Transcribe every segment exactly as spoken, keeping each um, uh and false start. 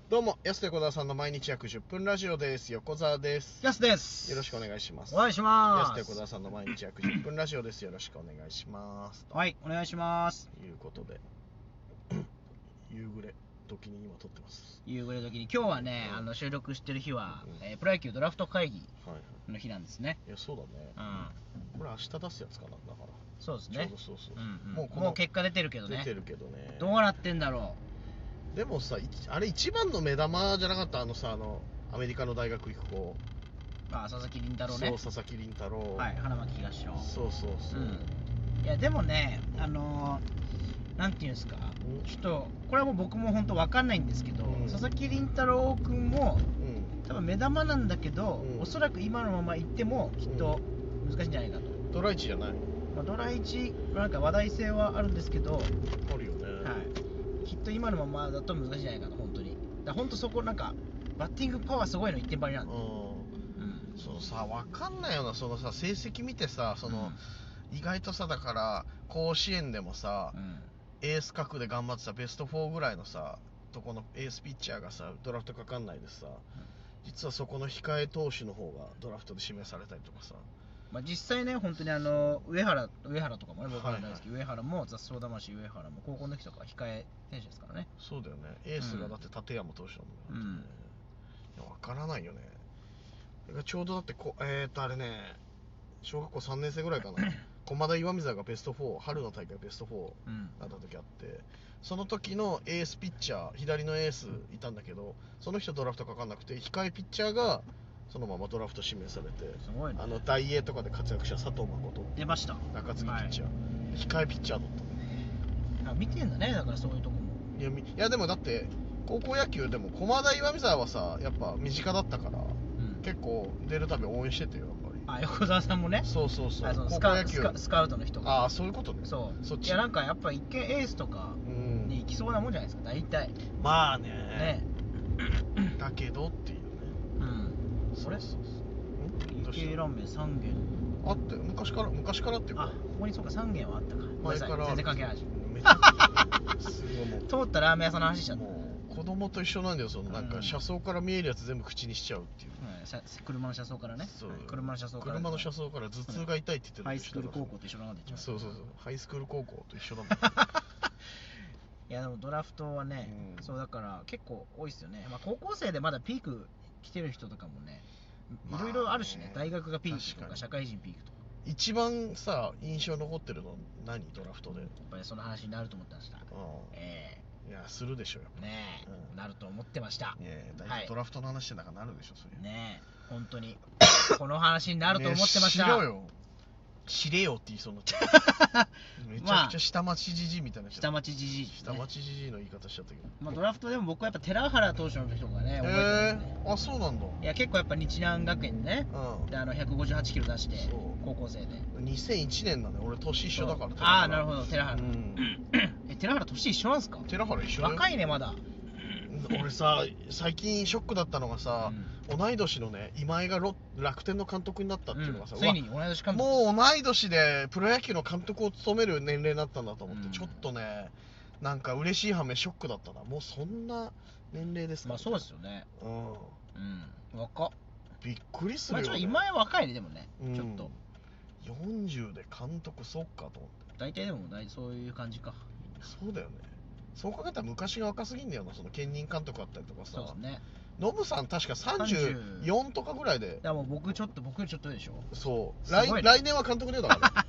どうも、安手小沢さんの毎日約じゅっぷんラジオです。横澤です。 安です。 よろしくお願いします。 お願いします。 安手小沢さんの毎日約じゅっぷんラジオです。よろしくお願いします。 はい、お願いします。 ということで、夕暮れ時に今撮ってます。 夕暮れ時に今日はね、うん、あの収録してる日は、うんえー、プロ野球ドラフト会議の日なんですね。 はいはい、いやそうだね。うん、これ明日出すやつかな、だから。 そうですね。 そうそうそう。 うんうん、もうもう結果出てるけどね。 出てるけどね。 どうなってんだろう。 でもさ、あれ一番の目玉じゃなかった、あのさ、あのアメリカの大学行く子。 あ、佐々木麟太郎ね。 そう、佐々木麟太郎。 はい、花巻東の。 そうそうそう。うん、 いやでもね、あのー、なんていうんですか、ちょっとこれはもう僕も本当わかんないんですけど、うん、佐々木麟太郎君も、うん、多分目玉なんだけど、うん、おそらく今のまま行ってもきっと難しいんじゃないかと。 ドライチじゃない。 まあ、ドライチなんか話題性はあるんですけど。 あるよね。 はい。きっと今のままだと難しいんじゃないかな、本当に。だから本当そこなんかバッティングパワーすごいの一点張りなんで。うん。 そのさ、わかんないよな、そのさ、成績見てさ、その、うん、意外とさ、だから甲子園でもさ、うん、エース格で頑張ってたベストフォーぐらいのさ、とこのエースピッチャーがさ、ドラフトかかんないでさ、うん、実はそこの控え投手の方がドラフトで指名されたりとかさ。 まあ、実際ね、本当にあの上原上原とかもね、僕は大好き、はいはい、上原も雑草魂上原も高校の時とか控え選手ですからね。 そうだよね、エースがだって立山投手なんだよ、ね、うん、いや分からないよね。ちょうどだってこえー、っとあれね、小学校さんねん生ぐらいかな駒田岩見沢がベストフォー、春の大会ベストフォーなった時あって、うん、その時のエースピッチャー、左のエースいたんだけど、その人ドラフトかかんなくて控えピッチャーがそのままドラフト指名されて、 すごいね、 あの大英とかで活躍した佐藤誠出ました、 中継ぎピッチャー、はい、控えピッチャーだった。 あ、見てんだね、だからそういうとこも。 いや、いやでもだって高校野球でも駒田岩見沢はさ、やっぱ身近だったから、うん、結構出るたび応援しててよ、やっぱり。 あ、横澤さんもね。 そうそうそう、 高校野球スカ、スカウトの人が。 ああ、そういうことね。 そう、 そっち。 いやなんかやっぱ一見エースとかに行きそうなもんじゃないですか、大体。 まあねねだけどっていうね。 うん。それそうそうそう。池ラーメンさん軒あって、昔から昔からっていうか。 あ、ここにそうかさん軒はあったか。 前から全然関係ない。 めちゃくちゃすごいもう通ったラーメン屋さんの話しちゃった。 もう子供と一緒なんだよ、そのなんか車窓から見えるやつ全部口にしちゃうっていう。うん、 車の車窓からね。そう。車の車窓から。 車の車窓から頭痛が痛いって言ってる。 ハイスクール高校と一緒なんで。 そうそうそう。ハイスクール高校と一緒なんだ。 いやでもドラフトはね、うん、そうだから結構多いですよね。まあ高校生でまだピーク来てる人とかもね、いろいろあるしね。大学がピークとか社会人ピークとか。 一番さ印象残ってるの何、ドラフトで。やっぱりその話になると思ってました。ええー、いやするでしょやっぱねえ、うん、なると思ってました。 ねえ、大体ドラフトの話なんかなるでしょ、それ。 ねえ、本当にこの話になると思ってました。 ね、知ろよ。知れよって言いそうになっちゃっためちゃくちゃ下町じじいみたいな。 下町じじい、ね、 下町じじいの言い方しちゃったけど、 まあ、ドラフトでも僕はやっぱ寺原投手の時とかね、覚えてますね。 えー、あ、そうなんだ。 いや結構やっぱ日南学園でね、うん、であのひゃくごじゅうはちキロ出して高校生でにせんいちねんなんで、俺年一緒だから。 ああ、なるほど、寺原、うん、え、寺原年一緒なんすか。 寺原一緒だよ。 若いねまだ。 俺さ、最近ショックだったのがさ、うん、同い年のね、今井がロ楽天の監督になったっていうのがさ、うん、 ついに同い年監督、 もう同い年でプロ野球の監督を務める年齢になったんだと思って、うん、ちょっとね、なんか嬉しい反面ショックだったな。もうそんな年齢ですか、ね、 まあそうですよね。うん、うん、若っ。 びっくりするよ、ね。 まあ、ちょっと今井若いね、でもね、うん、ちょっとよんじゅうで監督、そっかと思って。 大体でもそういう感じか。 そうだよね。そう考えたら昔が若すぎんだよな、その兼任監督あったりとかさ。 そうですね。 ノブさん確かさんじゅうよんとかぐらいで。 いやもう僕ちょっと僕ちょっとでしょ。 そう。来, 来年は監督でだから。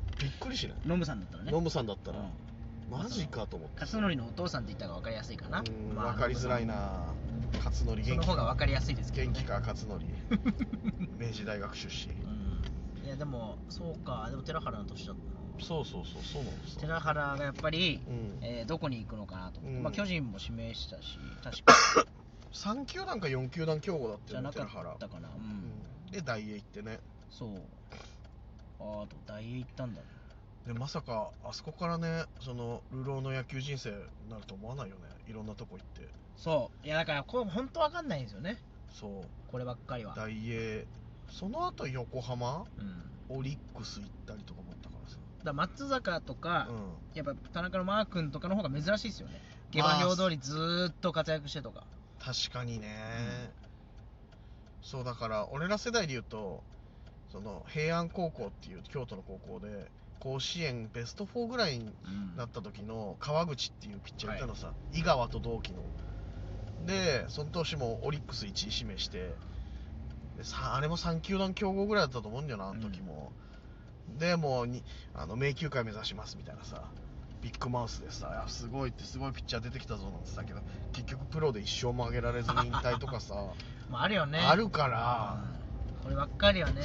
びっくりしない。 ノブさんだったらね。 ノブさんだったら。うん、マジかと思って。 勝則のお父さんって言ったら分かりやすいかな。 うん、まあ、分かりづらいな。勝則元気か。 その方が分かりやすいですけど、ね。 元気か勝則。明治大学出身。 うん、いやでもそうか、でも寺原の年だったな。 そうそうそう、そうなんですよ。 寺原がやっぱり、うん、えー、どこに行くのかなと思って、うん、まあ巨人も指名したし、確かさん球団かよん球団競合だったよね、 寺原。じゃなかったかな、うんうん、で大英行ってね。 そう、ああと大英行ったんだね。 でまさかあそこからね、その流浪の野球人生になると思わないよね、いろんなとこ行って。 そう、いやだからこれ本当わかんないんですよね。 そう、 こればっかりは。 大英、その後横浜、うん、オリックス行ったりとかもあったからさ。 だ松坂とか、うん、やっぱ田中のマー君とかの方が珍しいですよね。下馬評通りずーっと活躍してとか。 確かにね、うん、そうだから俺ら世代で言うとその平安高校っていう京都の高校で甲子園ベストフォーぐらいになった時の川口っていうピッチャーいたのさ、はい、井川と同期のでその年もオリックスいちい指名してでさあれもさん球団競合ぐらいだったと思うんだよなあの時も、うん、でもうにあの名球会目指しますみたいなさビッグマウスでさすごいってすごいピッチャー出てきたぞなんて言ったけど結局プロで一生も上げられずに引退とかさまああるよねあるから、 うん、こればっかりはね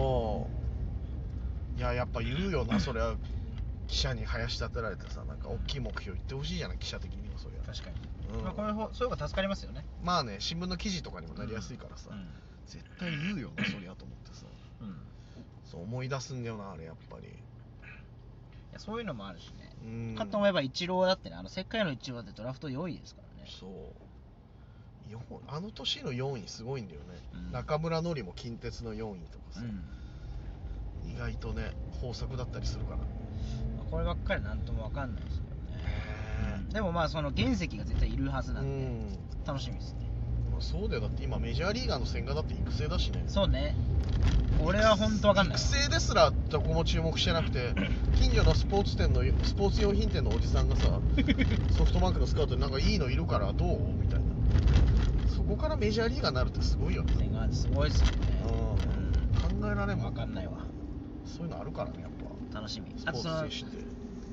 そういややっぱ言うよなそれは記者に林立てられてさなんか大きい目標言ってほしいじゃない記者的にもそれは確かに、うんまあ、これそういう方が助かりますよねまあね新聞の記事とかにもなりやすいからさ、うん、絶対言うよなそりゃと思ってさ、うん、そう思い出すんだよなあれやっぱりいやそういうのもあるしね、うん、かと思えばイチローだってねあの世界のイチローだってドラフトよんいですからねそうあの年のよんいすごいんだよね、うん、中村のりも近鉄のよんいとかさ、うん、意外とね豊作だったりするから、まあ、こればっかりなんとも分かんないですけどね、うん、でもまあその原石が絶対いるはずなんで、うん、楽しみですね、 まあ、そうだよだって今メジャーリーガーの千賀だって育成だしねそうね俺は本当分かんない育成ですらどこも注目してなくて近所のスポーツ店のスポーツ用品店のおじさんがさソフトバンクのスカウトでなんかいいのいるからどうみたいなそこからメジャーリーガーになるってすごいよね千賀すごいっすよね、 うん、考えられんもん分かんないわそういうのあるからねやっぱ楽しみスポーツ選手って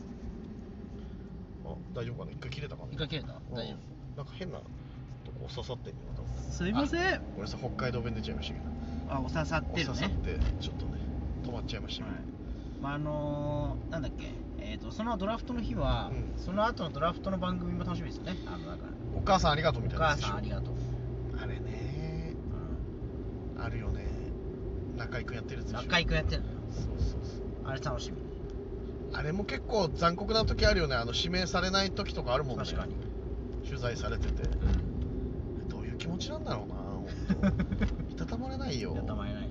あ大丈夫かな一回切れたかな一回切れた大丈夫なんか変なとこ刺さってんのすいませんこれさ北海道弁出ちゃいましたけどあお刺さってるねお刺さってちょっとね止まっちゃいましたけど、はいまああのー、なんだっけえーとそのドラフトの日は、うん、その後のドラフトの番組も楽しみですよねあのだからお母さんありがとうみたいなお母さんありがとうあれね、うん、あるよね中居君やってるやつでしょ中居君やってるのそうそうそうあれ楽しみあれも結構残酷な時あるよねあの指名されない時とかあるもんね確かに取材されてて、うん、どういう気持ちなんだろうな本当いたたまれないよいたたまれないね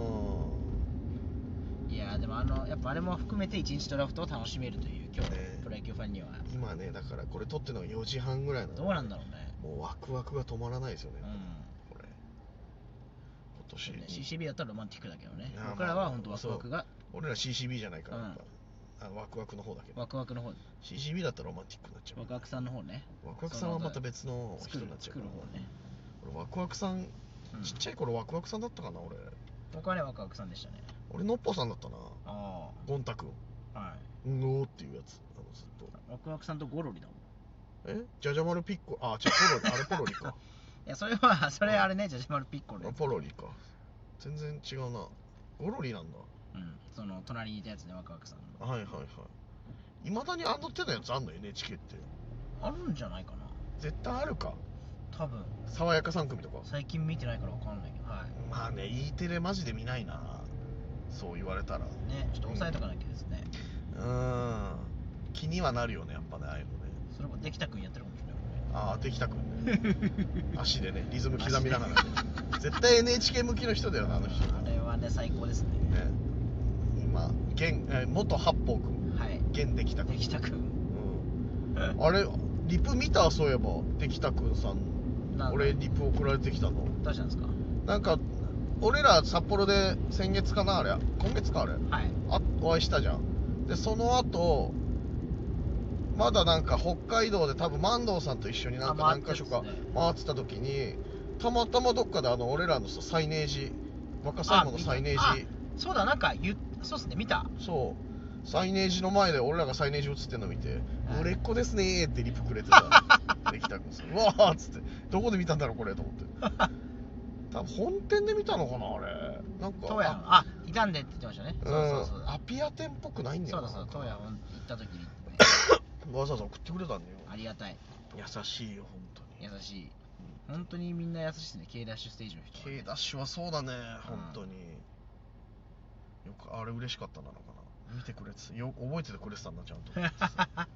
うんいやでもあのやっぱあれも含めていちにちドラフトを楽しめるという今日のプロ野球ファンには、ね、 今ねだからこれ撮ってるのがよじはんぐらいなの、ね、 どうなんだろうねもうワクワクが止まらないですよね、うん、これ今年、 ね、シーシービー だったらロマンティックだけどね僕らは本当ワクワクが俺ら シーシービー じゃないから、うん、あのワクワクの方だけどワクワクの方シーシービー だったらロマンティックになっちゃうワクワクさんの方ねワクワクさんはまた別の人になっちゃうから作る方ね俺ワクワクさん、うん、ちっちゃい頃ワクワクさんだったかな俺僕はねワクワクさんでしたね俺のっぽさんだったなあゴンタ君はいうんおーっていうやつあのずっとワクワクさんとゴロリだもんえジャジャマルピッコあ違うポロリあれポロリかいやそれはそれあれねジャジャマルピッコロポロリか全然違うなゴロリなんだうんその隣にいたやつねワクワクさんはいはいはいいまだにあの手のやつあんの エヌエイチケー ってあるんじゃないかな絶対あるか多分爽やかさん組とか最近見てないから分かんないけどはいまあね E テレマジで見ないなそう言われたらねちょっと抑えとかなきゃですねうん気にはなるよねやっぱねああいうのねそれもできたくんやってるかもしれないああできたくんね足でねリズム刻みながらね絶対 エヌエイチケー 向きの人だよなあの人あれはね最高ですねね今現、え元八方くんはい現できたくんできたくん、 うん、あれリプ見たそういえばできたくんさん俺リプ送られてきたのどうしたんですかなんか俺ら札幌で先月かなあれ今月かあれ、 はい、 あお会いしたじゃんでその後まだなんか北海道で多分万堂さんと一緒になんか何か所か回ってた時にたまたまどっかであの俺らのさサイネージ若狭山のサイネージそうだなんか言そうっすね見たそうサイネージの前で俺らがサイネージ写ってんの見て「売れっ子ですねー」ってリプくれてたできたくんさうわーっつってどこで見たんだろうこれと思って多分本店で見たのかなあれなんか東屋あいたんでって言ってましたねうんそうそうそうアピア店っぽくないんだよなそうだそう東屋行った時にわざわざ送ってくれたんだよありがたい優しいよ本当に優しい本当にみんな優しいですね K ダッシュステージの人は、 ね、K ダッシュはそうだね本当によくあれ嬉しかったなのかな見てくれてよ覚えててくれてたんだちゃんとよか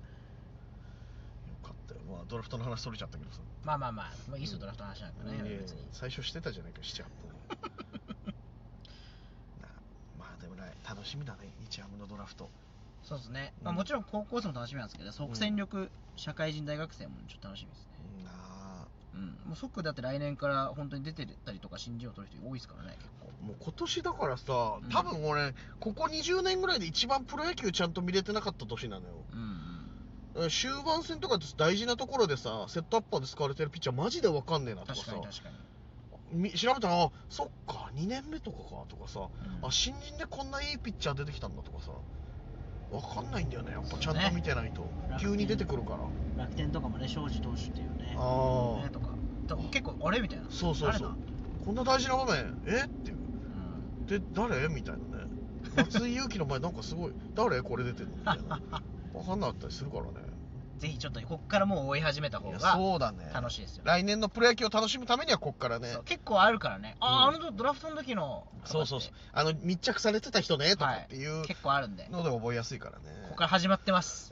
ったよまあドラフトの話それちゃったけどさまあまあまあ、まあ、いいっすよドラフトの話なんかね、うん、別に最初してたじゃないかななはっぽんまあでもね楽しみだね日ハムのドラフトそうですね、うんまあ、もちろん高校生も楽しみなんですけど即戦力、うん、社会人大学生もちょっと楽しみですね、 うん、あうん、もう即だって来年から本当に出てたりとか新人を取る人多いですからね結構。 もう今年だからさ、多分俺、うん、ここにじゅうねんぐらいで一番プロ野球ちゃんと見れてなかった年なのよ、うんうん、終盤戦とか大事なところでさセットアッパーで使われてるピッチャーマジで分かんねえなとかさ、 確かに確かに調べたら、あ、そっかにねんめとかかとかさ、うん、あ新人でこんないいピッチャー出てきたんだとかさ分かんないんだよねやっぱちゃんと見てないと、ね、急に出てくるから。 楽天とかもね庄司投手っていうねあねとか結構あれみたいな、 そうそうそう、こんな大事な場面えっていう、うん、で誰みたいなね松井裕樹の前なんかすごい誰これ出てるのみたいな分かんなかったりするからね。 ぜひちょっとこっからもう追い始めた方が楽しいですよ、ね、 来年のプロ野球を楽しむためにはこっからね。 結構あるからね、ああ、うん、あのドラフトの時のそうそうそうあの密着されてた人ねとかっていう、はい、 結構あるんでので覚えやすいからね。 ここから始まってます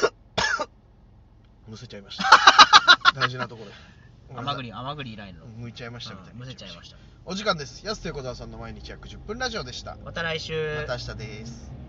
むせちゃいました大事なところで甘栗甘栗以来のむいちゃいましたみたいな、 むせちゃいました。 お時間です。安手小沢さんの毎日約じゅっぷんラジオでした。 また来週。 また明日です。